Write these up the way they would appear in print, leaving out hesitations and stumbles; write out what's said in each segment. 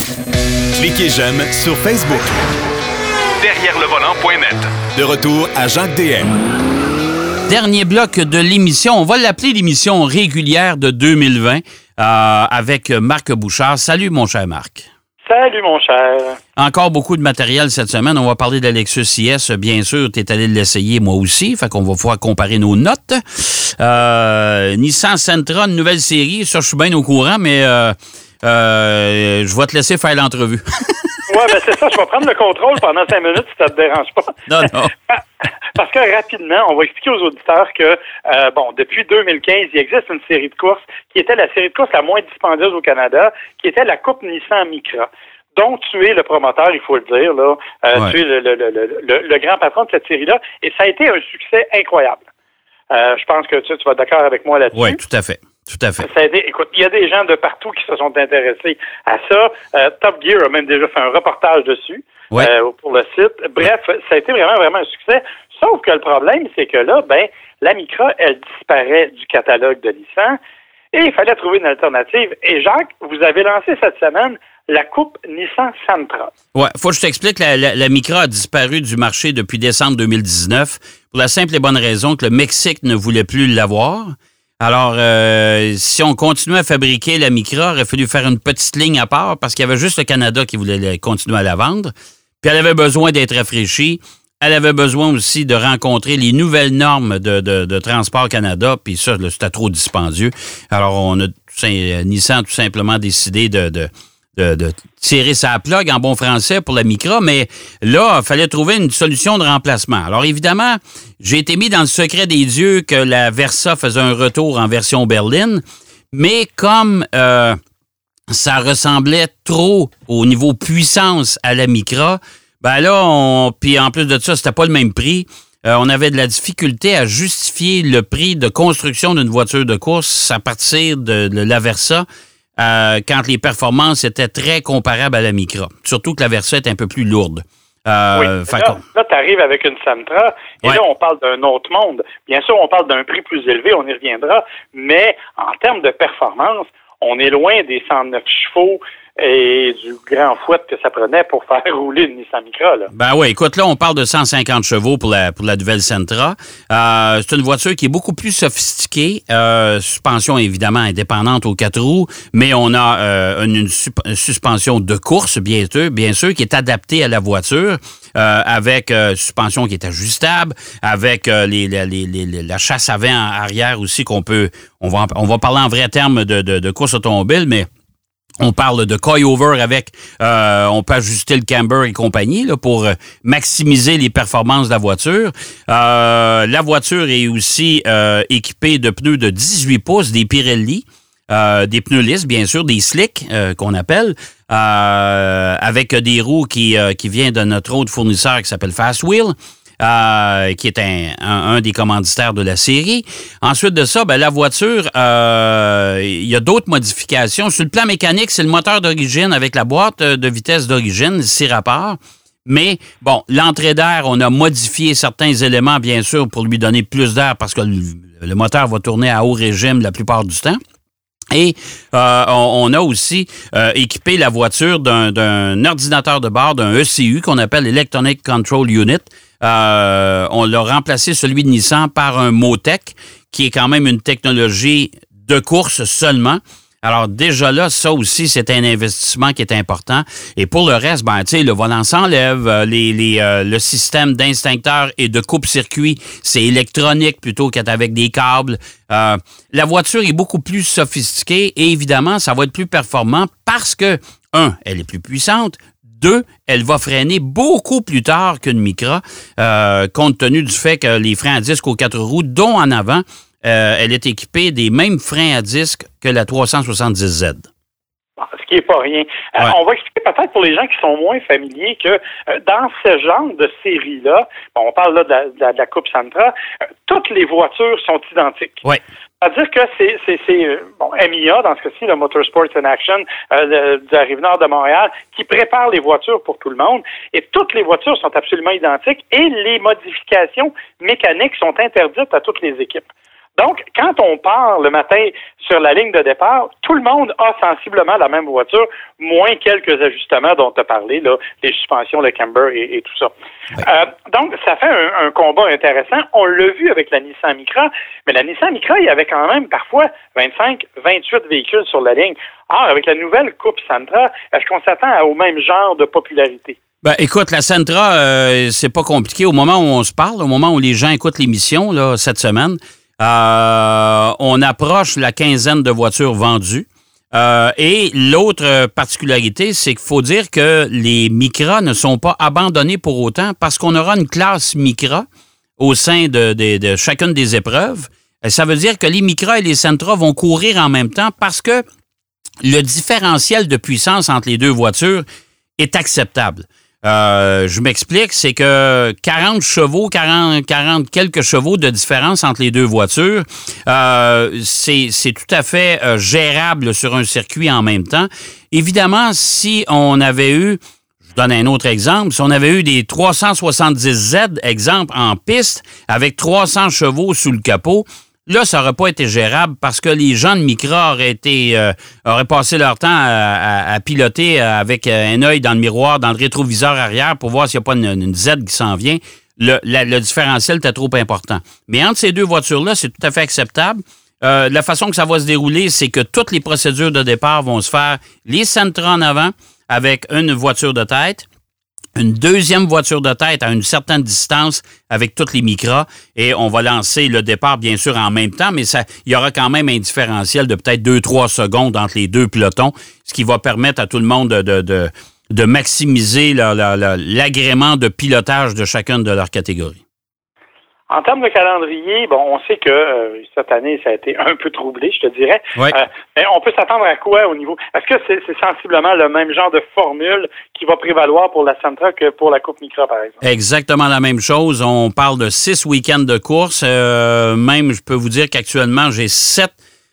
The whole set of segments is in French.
Cliquez j'aime sur Facebook. Derrière le volant.net. De retour à Jacques DM. Dernier bloc de l'émission. On va l'appeler l'émission régulière de 2020 avec Marc Bouchard. Salut, mon cher Marc. Salut, mon cher. Encore beaucoup de matériel cette semaine. On va parler de la Lexus IS. Bien sûr, tu es allé l'essayer, moi aussi. Fait qu'on va pouvoir comparer nos notes. Nissan Sentra, une nouvelle série. Ça, je suis bien au courant, mais je vais te laisser faire l'entrevue. Oui, ben c'est ça. Je vais prendre le contrôle pendant 5 minutes si ça te dérange pas. Non. Parce que rapidement, on va expliquer aux auditeurs que, depuis 2015, il existe une série de courses qui était la série de courses la moins dispendieuse au Canada, qui était la Coupe Nissan Micra, dont tu es le promoteur, il faut le dire, là. Ouais. Tu es le grand patron de cette série-là, et ça a été un succès incroyable. Je pense que tu vas être d'accord avec moi là-dessus. Oui, tout à fait. Tout à fait. Ça a été, écoute, il y a des gens de partout qui se sont intéressés à ça. Top Gear a même déjà fait un reportage dessus pour le site. Bref, ça a été vraiment un succès. Sauf que le problème, c'est que là, la Micra, elle disparaît du catalogue de Nissan et il fallait trouver une alternative. Et Jacques, vous avez lancé cette semaine la Coupe Nissan Sentra. Oui, faut que je t'explique, la Micra a disparu du marché depuis décembre 2019 pour la simple et bonne raison que le Mexique ne voulait plus l'avoir. Alors, si on continuait à fabriquer la Micra, il aurait fallu faire une petite ligne à part parce qu'il y avait juste le Canada qui voulait continuer à la vendre. Puis elle avait besoin d'être rafraîchie. Elle avait besoin aussi de rencontrer les nouvelles normes de Transport Canada. Puis ça, là, c'était trop dispendieux. Alors, Nissan a tout simplement décidé de tirer sa plug en bon français pour la Micra, mais là, il fallait trouver une solution de remplacement. Alors évidemment, j'ai été mis dans le secret des dieux que la Versa faisait un retour en version berline, mais comme ça ressemblait trop au niveau puissance à la Micra, ben là, puis en plus de ça, c'était pas le même prix. On avait de la difficulté à justifier le prix de construction d'une voiture de course à partir de la Versa. Quand les performances étaient très comparables à la Micra. Surtout que la Versa est un peu plus lourde. Oui. Là, tu arrives avec une Sentra et là, on parle d'un autre monde. Bien sûr, on parle d'un prix plus élevé, on y reviendra, mais en termes de performance, on est loin des 109 chevaux et du grand fouet que ça prenait pour faire rouler une Nissan Micra. Là. Ben oui, écoute, là, on parle de 150 chevaux pour la nouvelle Sentra. C'est une voiture qui est beaucoup plus sophistiquée. Suspension, évidemment, indépendante aux 4 roues, mais on a une suspension de course, bien sûr, qui est adaptée à la voiture, avec suspension qui est ajustable, avec la chasse avant arrière aussi qu'on peut... On va parler en vrai terme de course automobile, mais... On parle de coil-over avec, on peut ajuster le camber et compagnie là, pour maximiser les performances de la voiture. La voiture est aussi équipée de pneus de 18 pouces, des Pirelli, des pneus lisses, bien sûr, des slicks qu'on appelle, avec des roues qui viennent de notre autre fournisseur qui s'appelle Fast Wheel. Qui est un des commanditaires de la série. Ensuite de ça, la voiture, il y a d'autres modifications. Sur le plan mécanique, c'est le moteur d'origine avec la boîte de vitesse d'origine, 6 rapports. Mais, bon, l'entrée d'air, on a modifié certains éléments, bien sûr, pour lui donner plus d'air parce que le moteur va tourner à haut régime la plupart du temps. Et on a aussi équipé la voiture d'un ordinateur de bord, d'un ECU qu'on appelle Electronic Control Unit. On l'a remplacé, celui de Nissan, par un Motec, qui est quand même une technologie de course seulement. Alors déjà là, ça aussi, c'est un investissement qui est important. Et pour le reste, le volant s'enlève, le système d'instincteur et de coupe-circuit, c'est électronique plutôt qu'avec des câbles. La voiture est beaucoup plus sophistiquée et évidemment, ça va être plus performant parce que, 1, elle est plus puissante. 2, elle va freiner beaucoup plus tard qu'une Micra, compte tenu du fait que les freins à disque aux 4 roues, dont en avant, elle est équipée des mêmes freins à disque que la 370Z. Ce qui n'est pas rien. On va expliquer peut-être pour les gens qui sont moins familiers que dans ce genre de série-là, on parle là de la Coupe Sentra, toutes les voitures sont identiques. Oui. C'est-à-dire que c'est MIA, dans ce cas-ci, le Motorsports in Action de la Rive-Nord de Montréal, qui prépare les voitures pour tout le monde. Et toutes les voitures sont absolument identiques et les modifications mécaniques sont interdites à toutes les équipes. Donc, quand on part le matin sur la ligne de départ, tout le monde a sensiblement la même voiture, moins quelques ajustements dont tu as parlé, là, les suspensions, le camber et tout ça. Oui. Donc, ça fait un combat intéressant. On l'a vu avec la Nissan Micra, mais la Nissan Micra, il y avait quand même parfois 25, 28 véhicules sur la ligne. Or, avec la nouvelle Coupe Sentra, est-ce qu'on s'attend au même genre de popularité? Ben, écoute, la Sentra, c'est pas compliqué. Au moment où on se parle, au moment où les gens écoutent l'émission, là, cette semaine, on approche la quinzaine de voitures vendues. Et l'autre particularité, c'est qu'il faut dire que les Micra ne sont pas abandonnés pour autant parce qu'on aura une classe Micra au sein de chacune des épreuves. Ça veut dire que les Micra et les Sentra vont courir en même temps parce que le différentiel de puissance entre les deux voitures est acceptable. Je m'explique, c'est que 40 chevaux, 40 quelques chevaux de différence entre les deux voitures, c'est tout à fait gérable sur un circuit en même temps. Évidemment, si on avait eu, je donne un autre exemple, si on avait eu des 370Z, exemple, en piste, avec 300 chevaux sous le capot, là, ça n'aurait pas été gérable parce que les gens de Micra auraient passé leur temps à piloter avec un œil dans le miroir, dans le rétroviseur arrière pour voir s'il n'y a pas une Z qui s'en vient. Le différentiel était trop important. Mais entre ces deux voitures-là, c'est tout à fait acceptable. La façon que ça va se dérouler, c'est que toutes les procédures de départ vont se faire les Sentra en avant avec une voiture de tête, une deuxième voiture de tête à une certaine distance avec toutes les Micra et on va lancer le départ, bien sûr, en même temps, mais il y aura quand même un différentiel de peut-être 2-3 secondes entre les deux pelotons, ce qui va permettre à tout le monde de maximiser l'agrément de pilotage de chacune de leurs catégories. En termes de calendrier, bon, on sait que cette année, ça a été un peu troublé, je te dirais. Oui. Mais on peut s'attendre à quoi au niveau... Est-ce que c'est sensiblement le même genre de formule qui va prévaloir pour la Sentra que pour la Coupe Micra, par exemple? Exactement la même chose. On parle de 6 week-ends de course. Même, je peux vous dire qu'actuellement, j'ai 7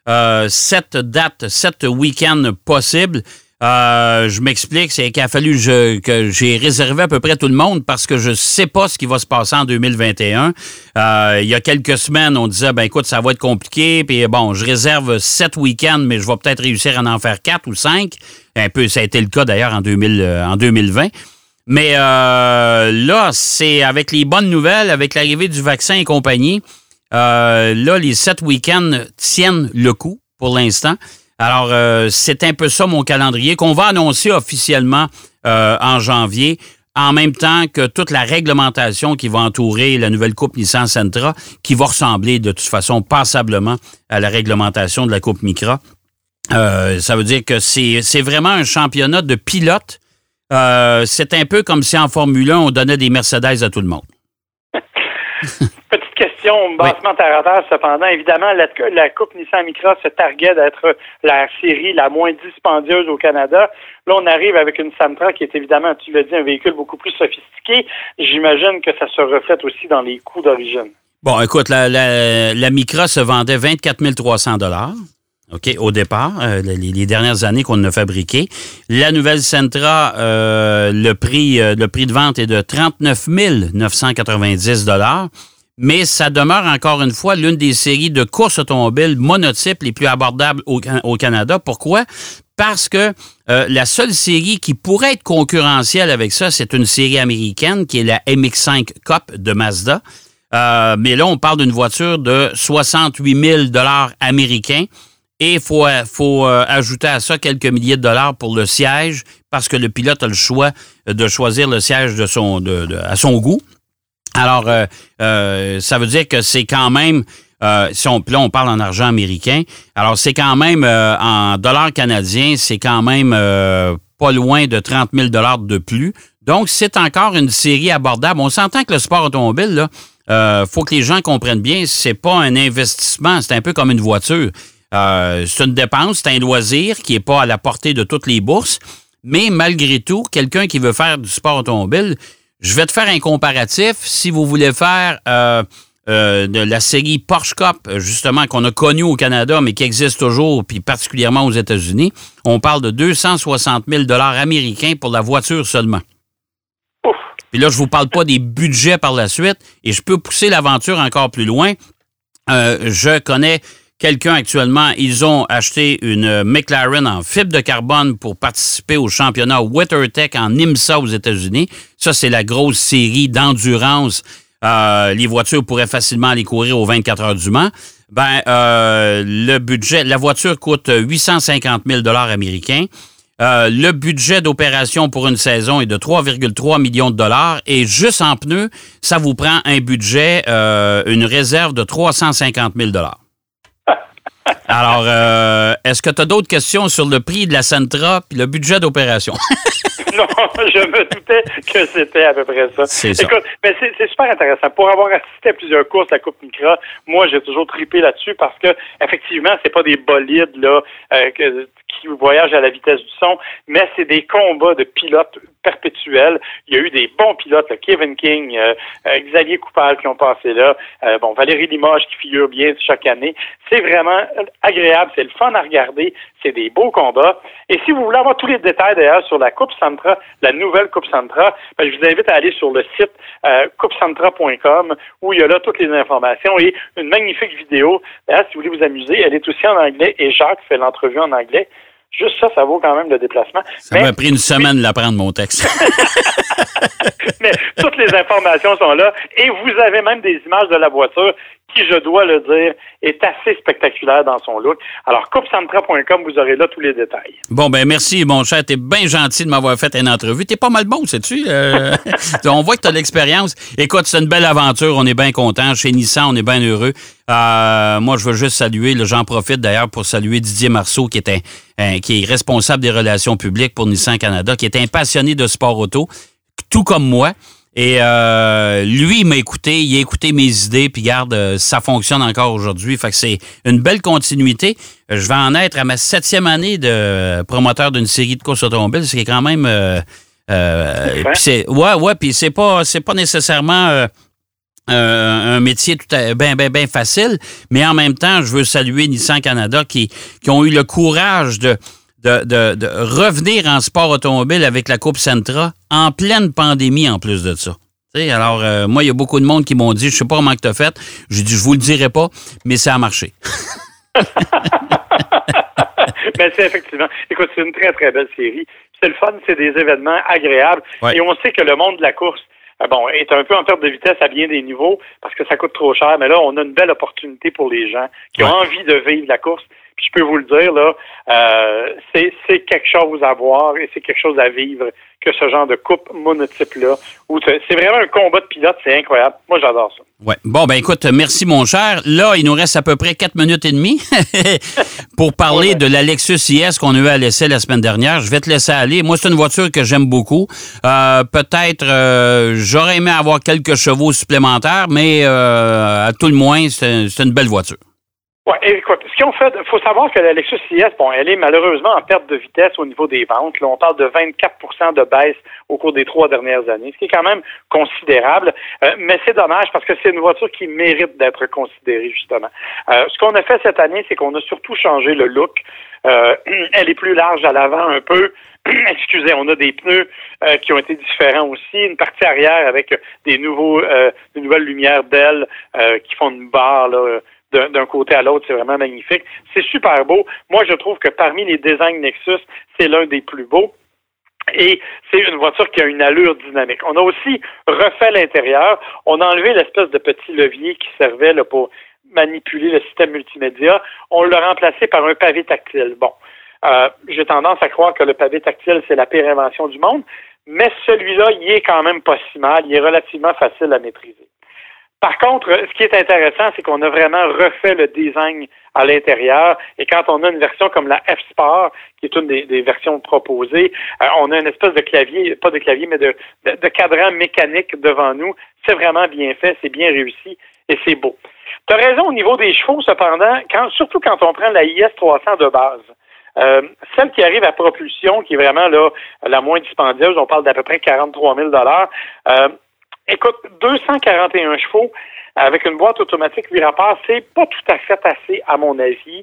dates, 7 week-ends possibles. Je m'explique, c'est qu'il a fallu que j'ai réservé à peu près tout le monde parce que je sais pas ce qui va se passer en 2021. Il y a quelques semaines, on disait, ben écoute, ça va être compliqué, puis bon, je réserve 7 week-ends, mais je vais peut-être réussir à en faire 4 ou 5. Un peu, ça a été le cas d'ailleurs en 2020. Mais là, c'est avec les bonnes nouvelles, avec l'arrivée du vaccin et compagnie, là, les 7 week-ends tiennent le coup pour l'instant. Alors, c'est un peu ça mon calendrier qu'on va annoncer officiellement en janvier, en même temps que toute la réglementation qui va entourer la nouvelle Coupe Nissan Sentra, qui va ressembler de toute façon passablement à la réglementation de la Coupe Micra. Ça veut dire que c'est vraiment un championnat de pilotes. C'est un peu comme si en Formule 1, on donnait des Mercedes à tout le monde. Petite question, bassement terre à terre, cependant. Évidemment, la Coupe Nissan Micra se targuait d'être la série la moins dispendieuse au Canada. Là, on arrive avec une Sentra qui est évidemment, tu l'as dit, un véhicule beaucoup plus sophistiqué. J'imagine que ça se reflète aussi dans les coûts d'origine. Bon, écoute, la Micra se vendait 24 300 $. OK, au départ, les dernières années qu'on a fabriqué. La nouvelle Sentra, le prix de vente est de 39 990 $, mais ça demeure encore une fois l'une des séries de courses automobiles monotypes les plus abordables au Canada. Pourquoi? Parce que la seule série qui pourrait être concurrentielle avec ça, c'est une série américaine qui est la MX-5 Cup de Mazda. Mais là, on parle d'une voiture de 68 000 $ américains. Et il faut ajouter à ça quelques milliers de dollars pour le siège parce que le pilote a le choix de choisir le siège à son goût. Alors, ça veut dire que c'est quand même, là on parle en argent américain, alors c'est quand même, en dollars canadiens, c'est quand même pas loin de 30 000 $ de plus. Donc, c'est encore une série abordable. On s'entend que le sport automobile, là, faut que les gens comprennent bien, c'est pas un investissement, c'est un peu comme une voiture. C'est une dépense, c'est un loisir qui n'est pas à la portée de toutes les bourses, mais malgré tout, quelqu'un qui veut faire du sport automobile, je vais te faire un comparatif. Si vous voulez faire de la série Porsche Cup, justement, qu'on a connue au Canada, mais qui existe toujours, puis particulièrement aux États-Unis, on parle de 260 000 $ américains pour la voiture seulement. Puis là, je vous parle pas des budgets par la suite, et je peux pousser l'aventure encore plus loin. Je connais quelqu'un actuellement, ils ont acheté une McLaren en fibre de carbone pour participer au championnat WeatherTech en IMSA aux États-Unis. Ça, c'est la grosse série d'endurance. Les voitures pourraient facilement aller courir aux 24 heures du Mans. Le budget, la voiture coûte 850 000 $ américains. Le budget d'opération pour une saison est de 3,3 millions de dollars et juste en pneus, ça vous prend un budget, une réserve de 350 000 $. Alors, est-ce que tu as d'autres questions sur le prix de la Sentra et le budget d'opération? Non, je me doutais que c'était à peu près ça. C'est ça. Écoute, mais c'est super intéressant. Pour avoir assisté à plusieurs courses à la Coupe Micra, moi, j'ai toujours trippé là-dessus parce que, effectivement, c'est pas des bolides là qui voyagent à la vitesse du son, mais c'est des combats de pilotes perpétuels. Il y a eu des bons pilotes, là, Kevin King, Xavier Coupal qui ont passé là, Valérie Limoges qui figure bien chaque année. C'est vraiment agréable, c'est le fun à regarder, c'est des beaux combats. Et si vous voulez avoir tous les détails d'ailleurs sur la Coupe Sentra, la nouvelle Coupe Sentra, je vous invite à aller sur le site coupesentra.com où il y a là toutes les informations et une magnifique vidéo. D'ailleurs, si vous voulez vous amuser, elle est aussi en anglais et Jacques fait l'entrevue en anglais. Juste ça vaut quand même le déplacement. Ça m'a pris une semaine de l'apprendre, mon texte. Mais toutes les informations sont là et vous avez même des images de la voiture qui, je dois le dire, est assez spectaculaire dans son look. Alors, coupesentra.com, vous aurez là tous les détails. Bon, merci, mon cher. T'es bien gentil de m'avoir fait une entrevue. T'es pas mal bon, sais-tu? On voit que t'as de l'expérience. Écoute, c'est une belle aventure. On est bien contents. Chez Nissan, on est bien heureux. Moi, je veux juste saluer, j'en profite d'ailleurs pour saluer Didier Marceau, qui est responsable des relations publiques pour Nissan Canada, qui est un passionné de sport auto, tout comme moi. Et lui, il m'a écouté, il a écouté mes idées, puis garde, ça fonctionne encore aujourd'hui. Fait que c'est une belle continuité. Je vais en être à ma 7e année de promoteur d'une série de courses automobiles, ce qui est quand même... puis c'est pas nécessairement... un métier bien facile, mais en même temps, je veux saluer Nissan Canada qui ont eu le courage de revenir en sport automobile avec la Coupe Sentra en pleine pandémie en plus de ça. T'sais, alors, moi, il y a beaucoup de monde qui m'ont dit, je sais pas comment que t'as fait. J'ai dit, je vous le dirai pas, mais ça a marché. Mais c'est effectivement, écoute, c'est une très, très belle série. C'est le fun, c'est des événements agréables. Ouais. Et on sait que le monde de la course, est un peu en perte de vitesse à bien des niveaux parce que ça coûte trop cher. Mais là, on a une belle opportunité pour les gens qui ont envie de vivre la course. Puis je peux vous le dire, là, c'est quelque chose à voir et c'est quelque chose à vivre que ce genre de coupe monotype-là. Où c'est vraiment un combat de pilote, c'est incroyable. Moi, j'adore ça. Ouais. Bon, écoute, merci, mon cher. Là, il nous reste à peu près 4 minutes et demie pour parler de la Lexus IS qu'on a eu à l'essai la semaine dernière. Je vais te laisser aller. Moi, c'est une voiture que j'aime beaucoup. Peut-être, j'aurais aimé avoir quelques chevaux supplémentaires, mais à tout le moins, c'est une belle voiture. Oui, écoute, ce qu'on fait, il faut savoir que la Lexus IS, elle est malheureusement en perte de vitesse au niveau des ventes. Là, on parle de 24% de baisse au cours des 3 dernières années, ce qui est quand même considérable. Mais c'est dommage parce que c'est une voiture qui mérite d'être considérée, justement. Ce qu'on a fait cette année, c'est qu'on a surtout changé le look. Elle est plus large à l'avant un peu. Excusez, on a des pneus qui ont été différents aussi. Une partie arrière avec des nouvelles lumières d'ailes qui font une barre, là, d'un côté à l'autre, c'est vraiment magnifique. C'est super beau. Moi, je trouve que parmi les designs Nexus, c'est l'un des plus beaux. Et c'est une voiture qui a une allure dynamique. On a aussi refait l'intérieur. On a enlevé l'espèce de petit levier qui servait là, pour manipuler le système multimédia. On l'a remplacé par un pavé tactile. Bon, j'ai tendance à croire que le pavé tactile, c'est la pire invention du monde, mais celui-là, il est quand même pas si mal. Il est relativement facile à maîtriser. Par contre, ce qui est intéressant, c'est qu'on a vraiment refait le design à l'intérieur. Et quand on a une version comme la F-Sport, qui est une des versions proposées, on a une espèce de clavier, pas de clavier, mais de cadran mécanique devant nous. C'est vraiment bien fait, c'est bien réussi et c'est beau. Tu as raison au niveau des chevaux, cependant, surtout quand on prend la IS 300 de base. Celle qui arrive à propulsion, qui est vraiment là la moins dispendieuse, on parle d'à peu près 43 000 $. Écoute, 241 chevaux avec une boîte automatique 8 rapports, c'est pas tout à fait assez, à mon avis.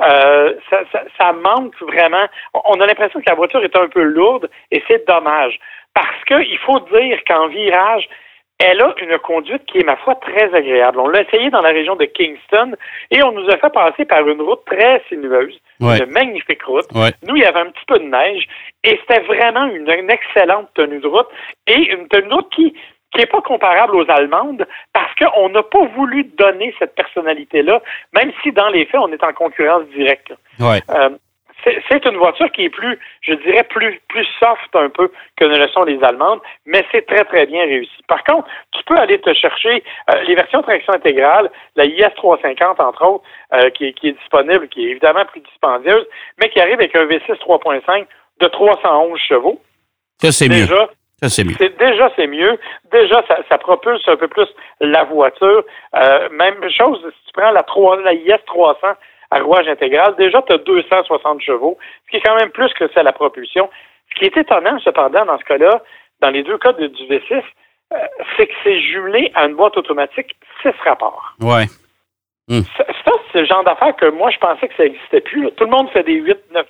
Ça manque vraiment. On a l'impression que la voiture est un peu lourde et c'est dommage. Parce qu'il faut dire qu'en virage, elle a une conduite qui est, ma foi, très agréable. On l'a essayé dans la région de Kingston et on nous a fait passer par une route très sinueuse, une magnifique route. Ouais. Nous, il y avait un petit peu de neige et c'était vraiment une excellente tenue de route et une tenue de route qui n'est pas comparable aux Allemandes parce qu'on n'a pas voulu donner cette personnalité-là, même si dans les faits, on est en concurrence directe. Ouais. C'est une voiture qui est plus soft un peu que ne le sont les Allemandes, mais c'est très, très bien réussi. Par contre, tu peux aller te chercher les versions traction intégrale, la IS 350, entre autres, qui est disponible, qui est évidemment plus dispendieuse, mais qui arrive avec un V6 3.5 de 311 chevaux. Ça, c'est mieux. Ça, c'est mieux. C'est mieux. Déjà, ça propulse un peu plus la voiture. Même chose, si tu prends la IS 300, à rouage intégral, déjà, tu as 260 chevaux, ce qui est quand même plus que c'est la propulsion. Ce qui est étonnant, cependant, dans ce cas-là, dans les deux cas du V6, c'est que c'est jumelé à une boîte automatique 6 rapports. Ouais. Ça, c'est le genre d'affaire que moi, je pensais que ça n'existait plus. Là. Tout le monde fait des 8, 9,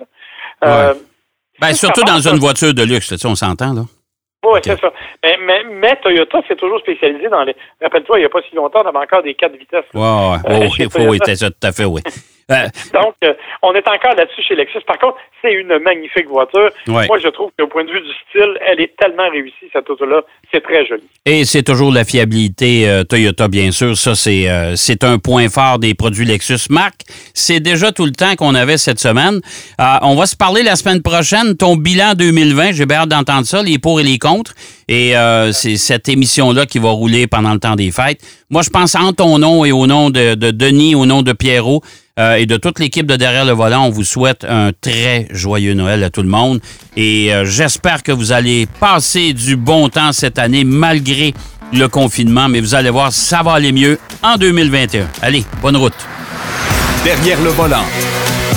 10. Surtout dans une voiture de luxe, on s'entend, là. Oui, okay. C'est ça. Mais Toyota, c'est toujours spécialisé dans les... Rappelle-toi, il n'y a pas si longtemps, on avait encore des 4 vitesses. Oui, c'est ça, tout à fait, oui. Donc, on est encore là-dessus chez Lexus. Par contre, c'est une magnifique voiture. Ouais. Moi, je trouve qu'au point de vue du style, elle est tellement réussie, cette auto-là. C'est très joli. Et c'est toujours la fiabilité Toyota, bien sûr. Ça, c'est un point fort des produits Lexus. Marc, c'est déjà tout le temps qu'on avait cette semaine. On va se parler la semaine prochaine. Ton bilan 2020, j'ai bien hâte d'entendre ça, les pour et les contre. Et c'est cette émission-là qui va rouler pendant le temps des fêtes. Moi, je pense en ton nom et au nom de Denis, au nom de Pierrot, et de toute l'équipe de Derrière le volant, on vous souhaite un très joyeux Noël à tout le monde. Et j'espère que vous allez passer du bon temps cette année, malgré le confinement. Mais vous allez voir, ça va aller mieux en 2021. Allez, bonne route. Derrière le volant.